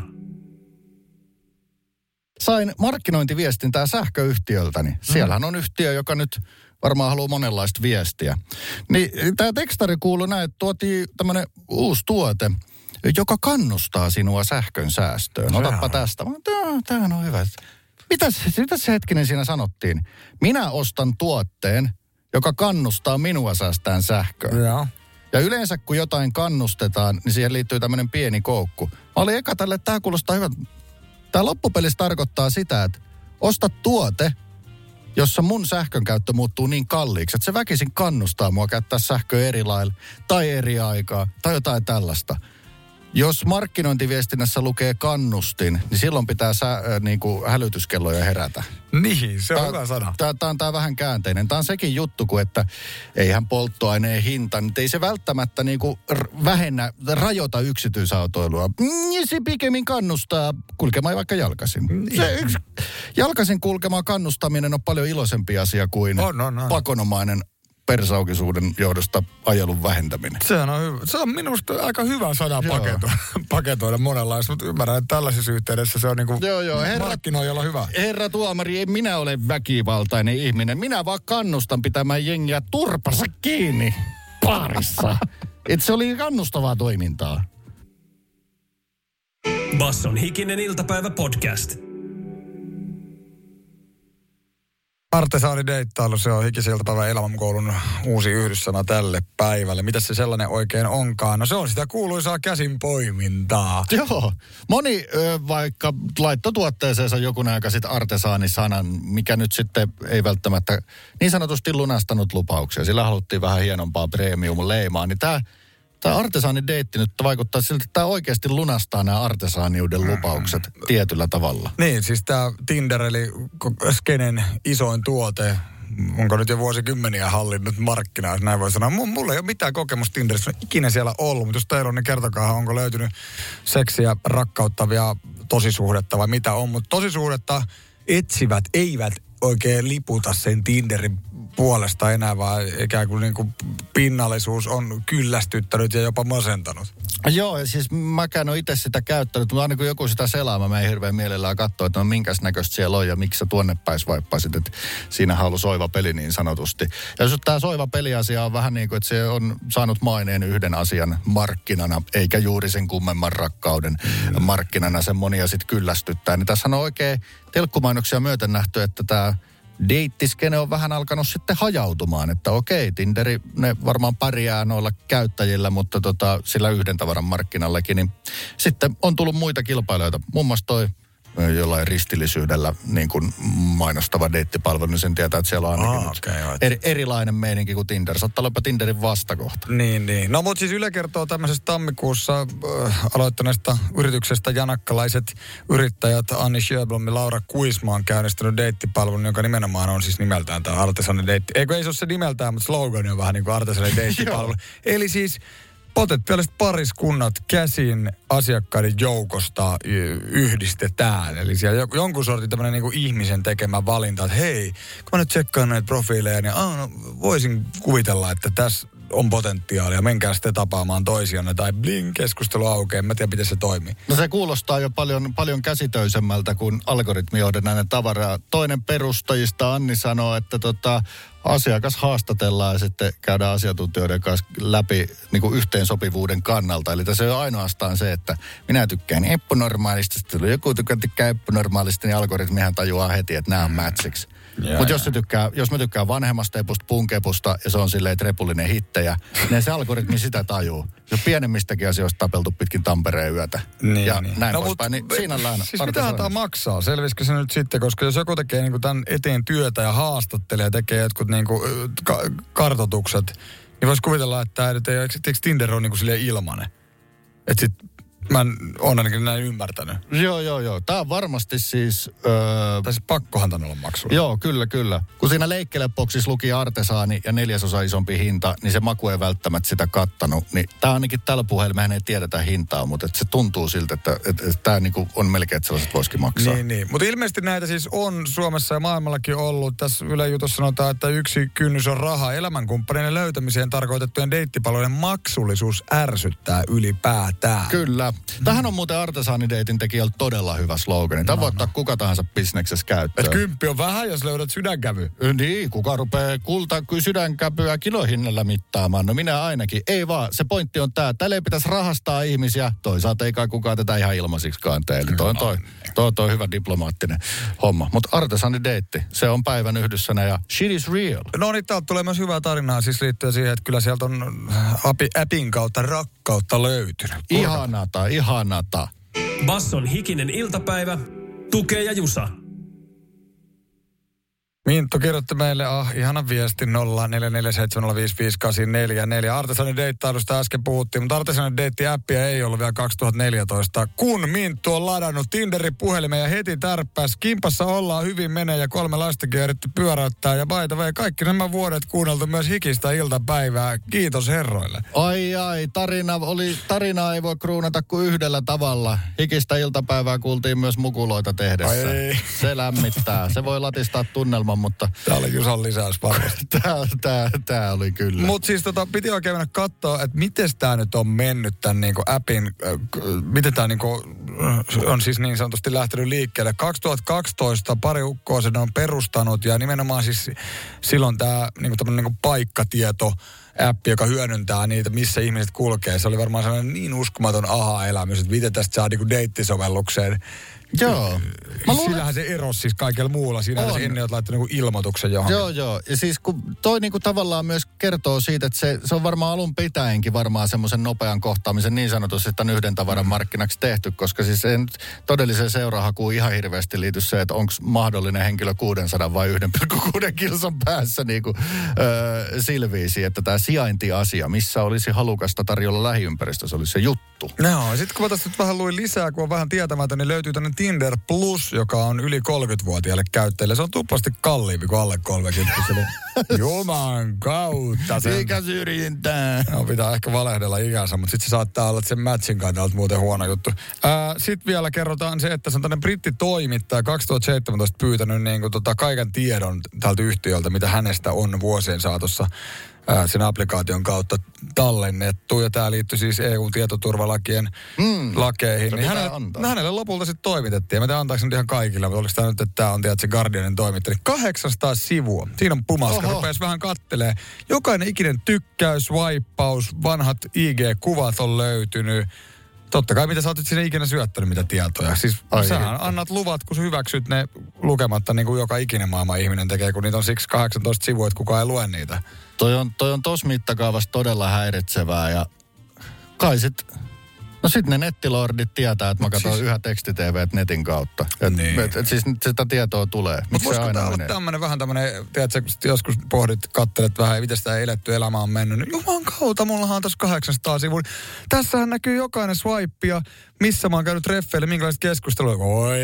Sain markkinointiviestintää sähköyhtiöltäni. Siellähän on yhtiö, joka nyt varmaan haluaa monenlaista viestiä. Niin tämä tekstari kuului näin, että tuotiin tämmöinen uusi tuote, joka kannustaa sinua sähkön säästöön. Otappa tästä. Tämähän on hyvä. Mitäs hetkinen siinä sanottiin? Minä ostan tuotteen, joka kannustaa minua säästään sähköä. Joo. Ja yleensä kun jotain kannustetaan, niin siihen liittyy tämmöinen pieni koukku. Mä olin eka tälle, että tämä kuulostaa hyvältä. Tämä loppupelissä tarkoittaa sitä, että osta tuote, jossa mun sähkön käyttö muuttuu niin kalliiksi, että se väkisin kannustaa mua käyttää sähköä eri lailla, tai eri aikaa, tai jotain tällaista. Jos markkinointiviestinnässä lukee kannustin, niin silloin pitää niinku hälytyskelloja herätä. Niin, se on hyvä sana. Tämä on vähän käänteinen. Tämä on sekin juttu, kun että eihän polttoaineen hinta, niin ei se välttämättä niinku rajoita yksityisautoilua. Se pikemmin kannustaa kulkemaan vaikka jalkaisin. Niin. Jalkaisin kulkemaan kannustaminen on paljon iloisempi asia kuin pakonomainen persaukisuuden johdosta ajelun vähentäminen. Se on minusta aika hyvä sana paketoida monenlaista, mutta ymmärrän, että tällaisessa yhteydessä se on niinku markkinoijalla hyvä. Herra tuomari, en minä ole väkivaltainen ihminen. Minä vaan kannustan pitämään jengiä turpansa kiinni baarissa. Että se oli kannustavaa toimintaa. Basson hikinen iltapäivä podcast. Artesaanideittailu, se on hikisen iltapäivän elämänkoulun uusi yhdyssana tälle päivälle. Mitäs se sellainen oikein onkaan? No se on sitä kuuluisaa käsinpoimintaa. Joo. Moni vaikka laittoi tuotteeseensa jokun aika sitten artesaanisanan, mikä nyt sitten ei välttämättä niin sanotusti lunastanut lupauksia. Sillä haluttiin vähän hienompaa premium-leimaa. Niin tämä artesaanideitti nyt vaikuttaa siltä, että tämä oikeasti lunastaa nämä artesaaniuden lupaukset tietyllä tavalla. Niin, siis tämä Tinder eli skenen isoin tuote, onko nyt jo vuosikymmeniä hallinnut markkinaa, jos näin voi sanoa. Mulla ei ole mitään kokemusta Tinderissä, on ikinä siellä ollut, mutta jos teillä on, niin kertokaa, onko löytynyt seksiä, rakkauttavia tosisuhdetta vai mitä on. Mutta tosisuhdetta etsivät eivät oikein liputa sen Tinderin puolesta enää, vaan ikään kuin niinku pinnallisuus on kyllästyttänyt ja jopa masentanut. Joo, ja siis mäkään olen itse sitä käyttänyt, mutta aina kun joku sitä selaa, mä en hirveän mielellään katsoa, että no minkäs näköistä siellä on ja miksi sä tuonne päin swipeaisit, että siinähän on ollut soiva peli niin sanotusti. Ja jos tämä soiva peliasia on vähän niin kuin, että se on saanut maineen yhden asian markkinana, eikä juuri sen kummemman rakkauden markkinana, sen monia sitten kyllästyttää. Niin tässä on oikein telkkumainoksia myöten nähty, että tämä deittiskene on vähän alkanut sitten hajautumaan, että okei, Tinderi, ne varmaan pärjää noilla käyttäjillä, mutta sillä yhden tavaran markkinallakin, niin sitten on tullut muita kilpailijoita. Muun muassa toi jollain ristillisyydellä niin kuin mainostava deittipalvelu, niin sen tietää, että siellä on ainakin erilainen meininki kuin Tinder. Saattaa olla Tinderin vastakohta. Niin. No mutta siis Yle kertoo tämmöisestä tammikuussa aloittaneesta yrityksestä janakkalaiset yrittäjät Anni Sjöblom ja Laura Kuisma on käynnistänyt deittipalvelun, joka nimenomaan on siis nimeltään tämä artesanideitti. Ei se ole se nimeltään, mutta slogan on vähän niin kuin artesanideittipalvelu. Eli siis potentiaaliset pariskunnat käsin asiakkaiden joukosta yhdistetään. Eli siellä jonkun sortin tämmöinen niin kuin ihmisen tekemä valinta, että hei, kun mä nyt tsekkaan näitä profiileja, niin voisin kuvitella, että tässä on potentiaalia. Menkää sitten tapaamaan toisianne tai bling, keskustelu aukeaa. Mä tiedän, miten se toimii. No se kuulostaa jo paljon käsitöisemmältä kuin algoritmijohdennainen tavara. Toinen perustajista, Anni, sanoo, että asiakas haastatellaan ja sitten käydään asiantuntijoiden kanssa läpi niin kuin yhteensopivuuden kannalta. Eli tässä ei ole ainoastaan se, että minä tykkään epänormaalista, sitten joku tykkää epänormaalista, niin algoritmihan tajuaa heti, että nämä on matchiksi. Mutta jos mä tykkään vanhemmasta epusta, punkepusta ja se on silleen trepullinen hittejä, niin se algoritmi sitä tajuu. Se on pienemmistäkin asioista tapeltu pitkin Tampereen yötä. Näin poispäin. Niin siinällään siis mitähän tämä maksaa? Selvisikö se nyt sitten? Koska jos joku tekee niinku tämän eteen työtä ja haastattelee ja tekee jotkut niinku kartoitukset, niin voisi kuvitella, että eikö Tinder on niinku silleen ilmanen? Että sitten mä oon ainakin näin ymmärtänyt. Joo. Tää on varmasti siis tai siis pakkohan tän olla maksulla. Joo, kyllä. Kun siinä leikkelepoksissa luki artesaani ja 4/4 isompi hinta, niin se maku ei välttämättä sitä kattanut. Niin tää ainakin tällä puheella, mehän ei tiedetä hintaa, mutta se tuntuu siltä, että tää niinku on melkein, että sellaiset voisikin maksaa. Niin. Mutta ilmeisesti näitä siis on Suomessa ja maailmallakin ollut. Tässä Yle Jutussa sanotaan, että yksi kynnys on raha. Elämänkumppaneiden löytämiseen tarkoitettujen deittipalveluiden maksullisuus ärsyttää ylipäätään. Kyllä. Tähän on muuten artesaanideitin tekijällä todella hyvä slogan. Tämä voi ottaa kuka tahansa bisneksessä käyttöön. Et 10 on vähän, jos löydät sydänkävy. Niin, kuka rupeaa sydänkävyä kilohinnalla mittaamaan? No minä ainakin. Ei vaan, se pointti on tämä. Tällä ei pitäisi rahastaa ihmisiä. Toisaalta ei kai kukaan tätä ihan ilmaisiksikaan tee. Eli toi on hyvä diplomaattinen homma. Mutta artesaanideitti, se on päivän yhdyssänä ja shit is real. No niin, täältä tulee myös hyvää tarinaa siis liittyen siihen, että kyllä sieltä on appin kautta rakkautta löytynyt. Ihanata. Basson hikinen iltapäivä, Tukee ja Jusa. Minttu kirjoitti meille, ihana viesti 0447055844. Artesanin deittailusta äsken puhuttiin, mutta Artesanin deitti-appia ei ollut vielä 2014. Kun Minttu on ladannut Tinderin puhelimeen ja heti tärppäs. Kimpassa ollaan, hyvin menee ja 3 lastakin yritetty pyöräyttää. Ja by the way, kaikki nämä vuodet kuunneltu myös hikistä iltapäivää. Kiitos herroille. Ai, tarinaa ei voi kruunata kuin yhdellä tavalla. Hikistä iltapäivää kuultiin myös mukuloita tehdessä. Se lämmittää. Se voi latistaa tunnelman, mutta... Tää oli Jusan lisäys varmasti. Tää oli kyllä. Mutta siis piti oikein mennä katsoa, että miten tää nyt on mennyt tämän niinku appin, miten tää niinku on siis niin sanotusti lähtenyt liikkeelle. 2012 pari ukkoa sen on perustanut ja nimenomaan siis silloin tää niinku tämmönen niinku paikkatieto appi, joka hyödyntää niitä, missä ihmiset kulkee. Se oli varmaan sellainen niin uskomaton aha-elämys, että miten tästä saa niinku deittisovellukseen. Joo. Sillähän se erosi siis kaikella muulla. Siinä se ennen olet laittanut niinku ilmoituksen johonkin. Joo. Ja siis kun toi niinku tavallaan myös kertoo siitä, että se on varmaan alun pitäenkin varmaan semmoisen nopean kohtaamisen niin sanotusti tämän yhden tavaran markkinaksi tehty, koska siis ei nyt todelliseen seurahakuun ihan hirveästi liity se, että onko mahdollinen henkilö 600 vai 1,6 kilsan päässä niinku silviisi, että tämä sijaintiasia, missä olisi halukasta tarjolla lähiympäristössä, olisi se juttu. No, sitten kun mä tässä nyt vähän luin lisää, kun on vähän tietämätön, niin löytyy tänne Tinder Plus, joka on yli 30-vuotiaille käyttäjille. Se on tuplasti kalliimpi kuin alle 30. Juman kautta. Ikäsyrjintää. No, pitää ehkä valehdella ikänsä, mutta sitten se saattaa olla, että sen matchin kannalta muuten huono juttu. Sitten vielä kerrotaan se, että se on tämmöinen brittitoimittaja 2017 pyytänyt kaiken tiedon tältä yhtiöltä, mitä hänestä on vuosien saatossa sen applikaation kautta tallennettu. Ja tämä liittyy siis EU-tietoturvalakien lakeihin. Niin hänelle lopulta sitten toimitettiin. Mä tiedän, antaako se nyt ihan kaikille, mutta oliko tämä nyt, että tämä on se Guardianin toimittaja. 800 sivua. Siinä on pumaska. Rupesi vähän kattelee. Jokainen ikinen tykkäys, wipeaus, vanhat IG-kuvat on löytynyt. Totta kai, mitä sä oot sinne ikinä syöttänyt, mitä tietoja. Siis sähän annat luvat, kun sä hyväksyt ne lukematta, niin kuin joka ikinen maailman ihminen tekee, kun niitä on siksi 18 sivua, että kukaan ei lue niitä. Toi on tossa mittakaavassa todella häiritsevää ja kai sit ne nettilordit tietää, että mä katson yhä tekstiteveet netin kautta. Siis sitä tietoa tulee. Mutta voisiko tämä olla vähän tämmönen, tiedätkö, joskus pohdit, katselet vähän, miten sitä eletty elämä on mennyt. Niin juman kautta, mullahan on tässä 800 sivua. Tässähän näkyy jokainen swipe ja missä mä oon käynyt treffeille, minkälaiset keskusteluja. Oi,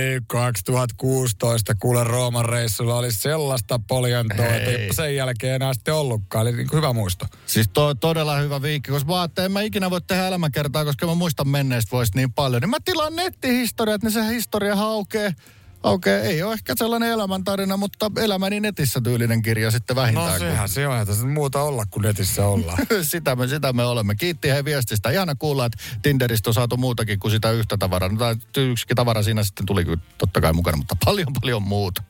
2016, kuule Rooman reissulla oli sellaista poljentoa, että sen jälkeen enää sitten ollutkaan. Eli niin hyvä muisto. Siis todella hyvä viikki, koska mä ajattelin, en mä ikinä voi tehdä elämäkertaa, koska mä muistan menneistä vuosista niin paljon. Niin mä tilaan nettihistoriat, että se historia haukee. Ei ole ehkä sellainen elämäntarina, mutta elämäni netissä tyylinen kirja sitten vähintään. No sehän se on, että se muuta olla kuin netissä ollaan. sitä me olemme. Kiitti he viestistä. Ihana kuulla, että Tinderistä on saatu muutakin kuin sitä yhtä tavaraa. No, yksikin tavara siinä sitten tuli kyllä totta kai mukana, mutta paljon muuta.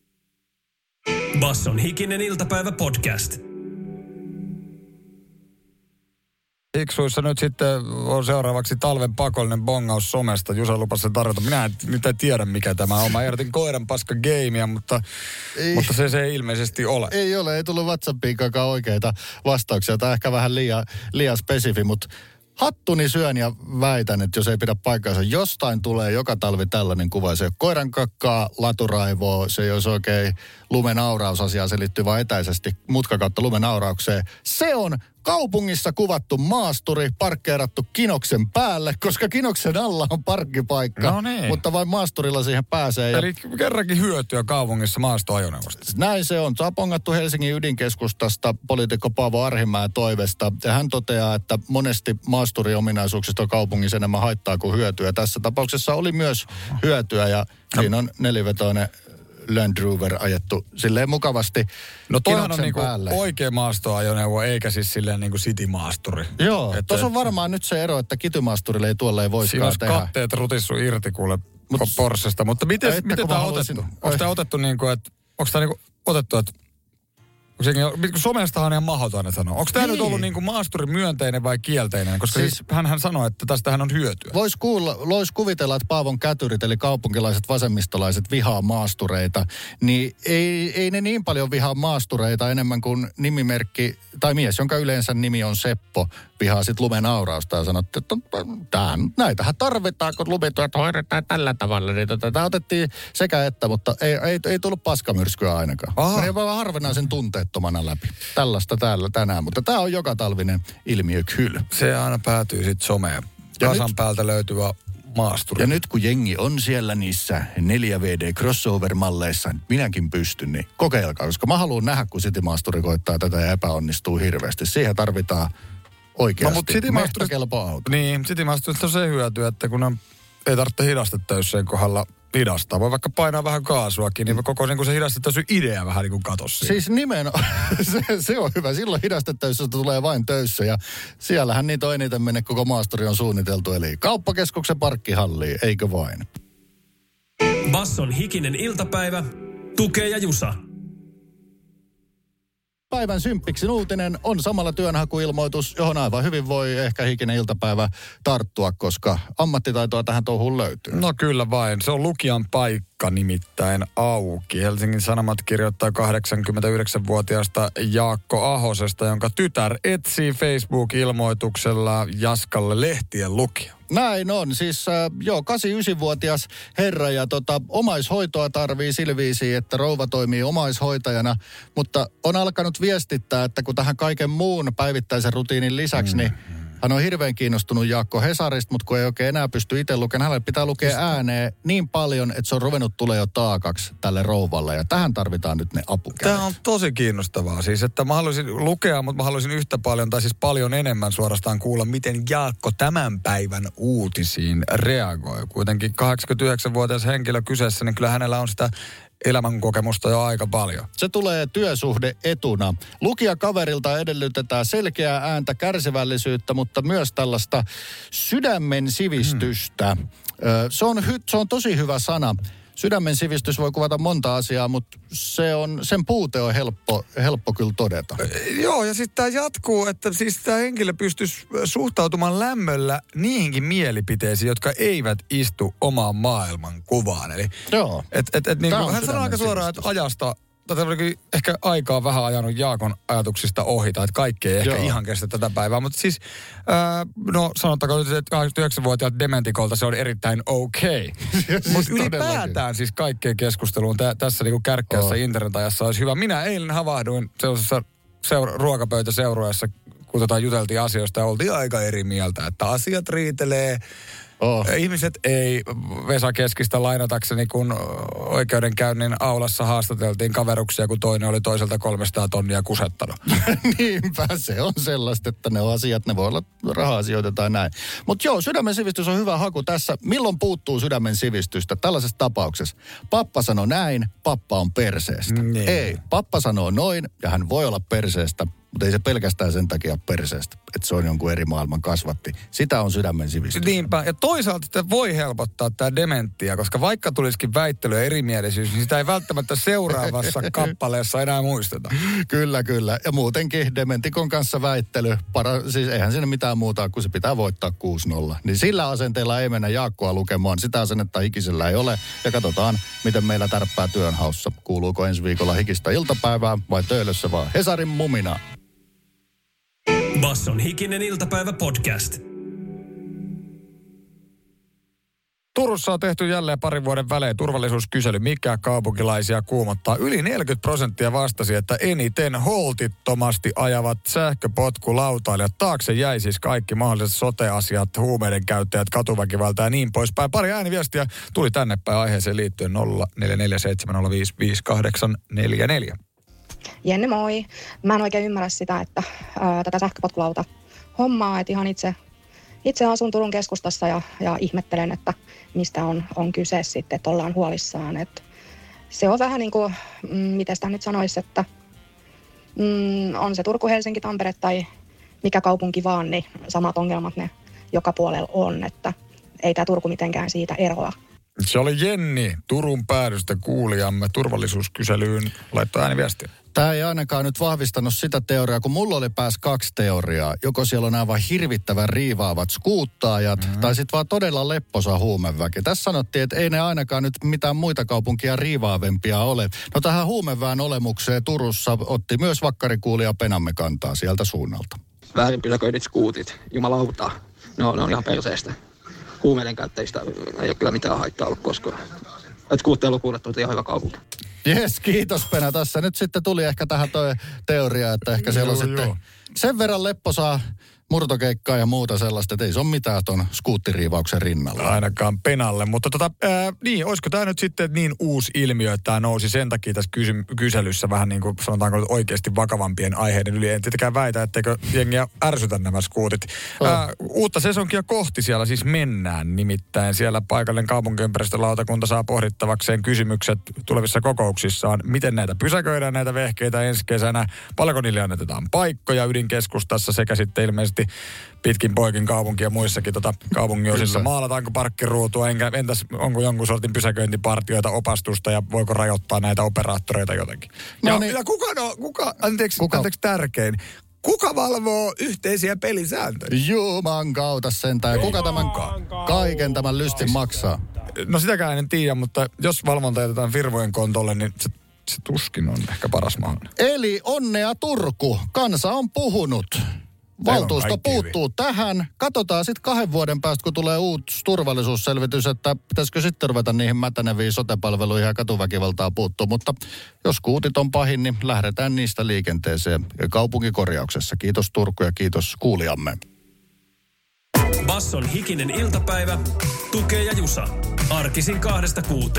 Basson hikinen iltapäivä podcast. Iksuissa nyt sitten on seuraavaksi talven pakollinen bongaus somesta. Jusa lupasi sen tarjota. Minä en tiedä, mikä tämä on. Mä ehdotin koiran paska gameia, mutta se ei ilmeisesti ole. Ei ole, ei tullut WhatsAppiinkaan oikeita vastauksia. Tämä on ehkä vähän liian spesifi, mutta hattuni syön ja väitän, että jos ei pidä paikkaansa, jostain tulee joka talvi tällainen kuva. Se ei ole koiran kakkaa, laturaivoa, se ei olisi oikein lumen aurausasiaa, se liittyy vain etäisesti mutka kautta lumen auraukseen. Se on kaupungissa kuvattu maasturi, parkkeerattu Kinoksen päälle, koska Kinoksen alla on parkkipaikka, no niin. Mutta vain maasturilla siihen pääsee. Eli kerrankin hyötyä kaupungissa maastoajoneuvosta. Näin se on. Se on pongattu Helsingin ydinkeskustasta poliitikko Paavo Arhimäen toivesta. Ja hän toteaa, että monesti maasturiominaisuuksista on kaupungissa enemmän haittaa kuin hyötyä. Tässä tapauksessa oli myös hyötyä ja siinä on nelivetoinen Land Rover ajettu silleen mukavasti. No toihan on niinku oikea maastoajoneuvo, eikä siis silleen niinku city-maasturi. Joo, tuossa on varmaan nyt se ero, että kitymaasturille ei tuolle ei voisikaan tehdä. Siinä olisi katteet rutissu irti kuule Porschesta, mutta miten tämä on otettu? Onko tämä otettu niinku, että onko tämä niinku otettu, että Somestahan on ihan mahdoton sanoa. Onko tämä nyt ollut niin kuin maasturin myönteinen vai kielteinen? Koska siis hän sanoi, että tästähän on hyötyä. Vois kuvitella, että Paavon kätyrit, eli kaupunkilaiset vasemmistolaiset vihaa maastureita, niin ei ne niin paljon vihaa maastureita enemmän kuin nimimerkki, tai mies, jonka yleensä nimi on Seppo, vihaa sitten lumen aurausta ja sanotte, että näitähän tarvitaan, kun lumityöt hoidetaan tällä tavalla. Niin tämä otettiin sekä että, mutta ei tullut paskamyrskyä ainakaan. Meni vaan harvinaisen tunteettomana läpi. Tällaista täällä tänään, mutta tämä on joka talvinen ilmiö kyllä. Se aina päätyy sitten someen. Kasan päältä löytyvä maasturi. Ja nyt kun jengi on siellä niissä 4VD crossover-malleissa, minäkin pystyn, niin kokeilkaa, koska mä haluan nähdä, kun Citymaasturi koittaa tätä ja epäonnistuu hirveästi. Siihen tarvitaan oikeasti mehtokelpo auto. Niin, Citymaasturista on se hyöty, että kun ei tarvitse hidastetöisseen kohdalla hidastaa. Voi vaikka painaa vähän kaasuakin, niin koko sen, kun se hidastetöissy idea vähän niin kuin katosi siinä. Siis nimenomaan, se on hyvä. Silloin hidastetöissä tulee vain töissä ja siellähän niitä on eniten mene koko maasturi on suunniteltu. Eli kauppakeskuksen parkkihalliin, eikö vain? Basson hikinen iltapäivä, Tukee ja Jusa. Päivän symppiksin uutinen on samalla työnhakuilmoitus, johon aivan hyvin voi ehkä hikinen iltapäivä tarttua, koska ammattitaitoa tähän touhuun löytyy. No kyllä vain. Se on lukijan paikka nimittäin auki. Helsingin Sanomat kirjoittaa 89-vuotiaasta Jaakko Ahosesta, jonka tytär etsii Facebook-ilmoituksella Jaskalle lehtien lukija. Näin on. Siis 89-vuotias herra ja omaishoitoa tarvii silviisiin, että rouva toimii omaishoitajana, mutta on alkanut viestittää, että kun tähän kaiken muun päivittäisen rutiinin lisäksi, niin hän on hirveän kiinnostunut Jaakko Hesarista, mutta kun ei oikein enää pysty itse lukemaan, hänelle pitää lukea ääneen niin paljon, että se on ruvennut tulee jo taakaksi tälle rouvalle. Ja tähän tarvitaan nyt ne apukädet. Tämä on tosi kiinnostavaa. Siis, että mä haluaisin lukea, mutta mä haluaisin yhtä paljon, tai siis paljon enemmän suorastaan kuulla, miten Jaakko tämän päivän uutisiin reagoi. Kuitenkin 89-vuotias henkilö kyseessä, niin kyllä hänellä on sitä elämänkokemusta jo aika paljon. Se tulee työsuhde-etuna. Lukijakaverilta edellytetään selkeää ääntä, kärsivällisyyttä, mutta myös tällaista sydämen sivistystä. Se on tosi hyvä sana. Sydämen sivistys voi kuvata monta asiaa, mutta sen puute on helppo kyllä todeta. Joo, ja sitten tämä jatkuu, että siis tämä henkilö pystyisi suhtautumaan lämmöllä niihinkin mielipiteisiin, jotka eivät istu omaan maailman kuvaan. Eli joo. Niin hän sanoo aika suoraan, että ajasta, ehkä aikaa vähän ajanut Jaakon ajatuksista ohi, tai että kaikki ei ehkä ihan kestä tätä päivää. Mutta siis, sanottakaa nyt, että 89-vuotiaat dementikolta se on erittäin okei. Mutta ylipäätään siis kaikkeen keskusteluun tässä niinku kärkkäessä internetajassa olisi hyvä. Minä eilen havahduin sellaisessa ruokapöytäseurueessa, kun juteltiin asioista ja oltiin aika eri mieltä, että asiat riitelee. Ihmiset ei, Vesa Keskistä lainatakseni, kun oikeudenkäynnin aulassa haastateltiin kaveruksia, kun toinen oli toiselta 300 tonnia kusettanut. Niinpä, se on sellaista, että ne asiat, ne voi olla raha-asioita tai näin. Mutta joo, sydämen sivistys on hyvä haku tässä. Milloin puuttuu sydämen sivistystä? Tällaisessa tapauksessa. Pappa sanoo näin, pappa on perseestä. Niin. Ei, pappa sanoo noin ja hän voi olla perseestä. Mutta ei se pelkästään sen takia perseestä, että se on jonkun eri maailman kasvatti. Sitä on sydämen sivistys. Niinpä. Ja toisaalta sitä voi helpottaa tämä dementia, koska vaikka tulisikin väittely ja erimielisyys, niin sitä ei välttämättä seuraavassa kappaleessa enää muisteta. Kyllä. Ja muutenkin dementikon kanssa väittely, siis eihän siinä mitään muuta, kun se pitää voittaa 6-0. Niin sillä asenteella ei mennä Jaakkoa lukemaan. Sitä asennetta hikisellä ei ole. Ja katsotaan, miten meillä tärppää työnhaussa. Kuuluuko ensi viikolla hikistä iltapäivää vai töölössä vaan Hesarin mumina? Basson hikinen iltapäivä podcast. Turussa on tehty jälleen parin vuoden välein turvallisuuskysely, mikä kaupunkilaisia kuumottaa. Yli 40% vastasi, että eniten holtittomasti ajavat sähköpotkulautailijat. Taakse jäi siis kaikki mahdolliset sote-asiat, huumeiden käyttäjät, katuväkivalta ja niin poispäin. Pari ääniviestiä tuli tänne päin aiheeseen liittyen 0447055844. Jenne, moi. Mä en oikein ymmärrä sitä, että tätä sähköpotkulauta hommaa, että ihan itse asun Turun keskustassa ja ihmettelen, että mistä on kyse sitten, että ollaan huolissaan. Että se on vähän niin kuin, miten sitä nyt sanoisi, että on se Turku, Helsinki, Tampere tai mikä kaupunki vaan, niin samat ongelmat ne joka puolella on, että ei tämä Turku mitenkään siitä eroa. Se oli Jenni Turun päädystä kuulijamme turvallisuuskyselyyn. Laittoi ääniviestiä. Tämä ei ainakaan nyt vahvistanut sitä teoriaa, kun mulla oli pääs 2 teoriaa. Joko siellä on aivan hirvittävän riivaavat skuuttaajat, tai sitten vaan todella lepposa huumeväki. Tässä sanottiin, että ei ne ainakaan nyt mitään muita kaupunkia riivaavempia ole. No tähän huumeväen olemukseen Turussa otti myös vakkarikuulija Penamme kantaa sieltä suunnalta. Väärin pysäköidyt skuutit, jumalauta, ne on ihan perseestä. Huumeiden käyttäjistä ei ole kyllä mitään haittaa ollut koskaan. Että skuutteja lukuun ottamatta ihan hyvä kaupunki. Jes, kiitos Pena. Tässä nyt sitten tuli ehkä tähän toi teoria, että ehkä siellä on sitten sen verran lepposaa murtokeikkaa ja muuta sellaista, että ei se ole mitään ton skuuttiriivauksen rinnalla. Ainakaan Penalle, mutta niin, olisiko tämä nyt sitten niin uusi ilmiö, että tämä nousi sen takia tässä kyselyssä vähän niin kuin sanotaanko oikeasti vakavampien aiheiden yli. En tietenkään väitä, etteikö jengiä ärsytä nämä skuutit. Uutta sesonkia kohti siellä siis mennään, nimittäin siellä paikallinen kaupunkiympäristölautakunta saa pohdittavakseen kysymykset tulevissa kokouksissaan, miten näitä pysäköidään näitä vehkeitä ensi kesänä, paljonko niille annetaan paikkoja ydinkeskustassa sekä sitten ilmeisesti pitkin poikin kaupunki ja muissakin kaupungin osissa. Maalataanko parkkiruutua, entäs onko jonkun sortin pysäköintipartioita, opastusta ja voiko rajoittaa näitä operaattoreita jotenkin. No ja anteeksi tärkein, kuka valvoo yhteisiä pelisääntöjä? Juman kautta sentään. Kuka tämän kaiken tämän lystin maksaa? No sitäkään en tiedä, mutta jos valvonta jätetään firmojen kontolle, niin se tuskin on ehkä paras mahdollinen. Eli onnea Turku. Kansa on puhunut. Valtuusto puuttuu tähän. Katsotaan sitten 2 vuoden päästä, kun tulee uusi turvallisuusselvitys, että pitäisikö sitten ruveta niihin mätäneviin sote-palveluihin ja katuväkivaltaa puuttuu. Mutta jos kuutit on pahin, niin lähdetään niistä liikenteeseen kaupunkikorjauksessa. Kiitos Turku ja kiitos kuulijamme. Basson hikinen iltapäivä. Tukee ja Jusa. Arkisin 2-6.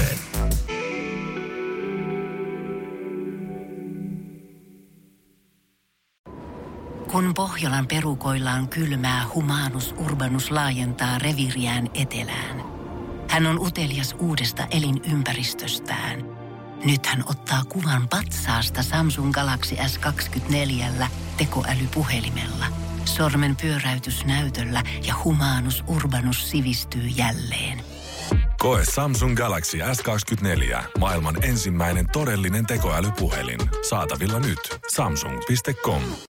Kun Pohjolan perukoillaan kylmää, Humanus Urbanus laajentaa reviiriään etelään. Hän on utelias uudesta elinympäristöstään. Nyt hän ottaa kuvan patsaasta Samsung Galaxy S24 tekoälypuhelimella. Sormen pyöräytys näytöllä ja Humanus Urbanus sivistyy jälleen. Koe Samsung Galaxy S24. Maailman ensimmäinen todellinen tekoälypuhelin. Saatavilla nyt. Samsung.com.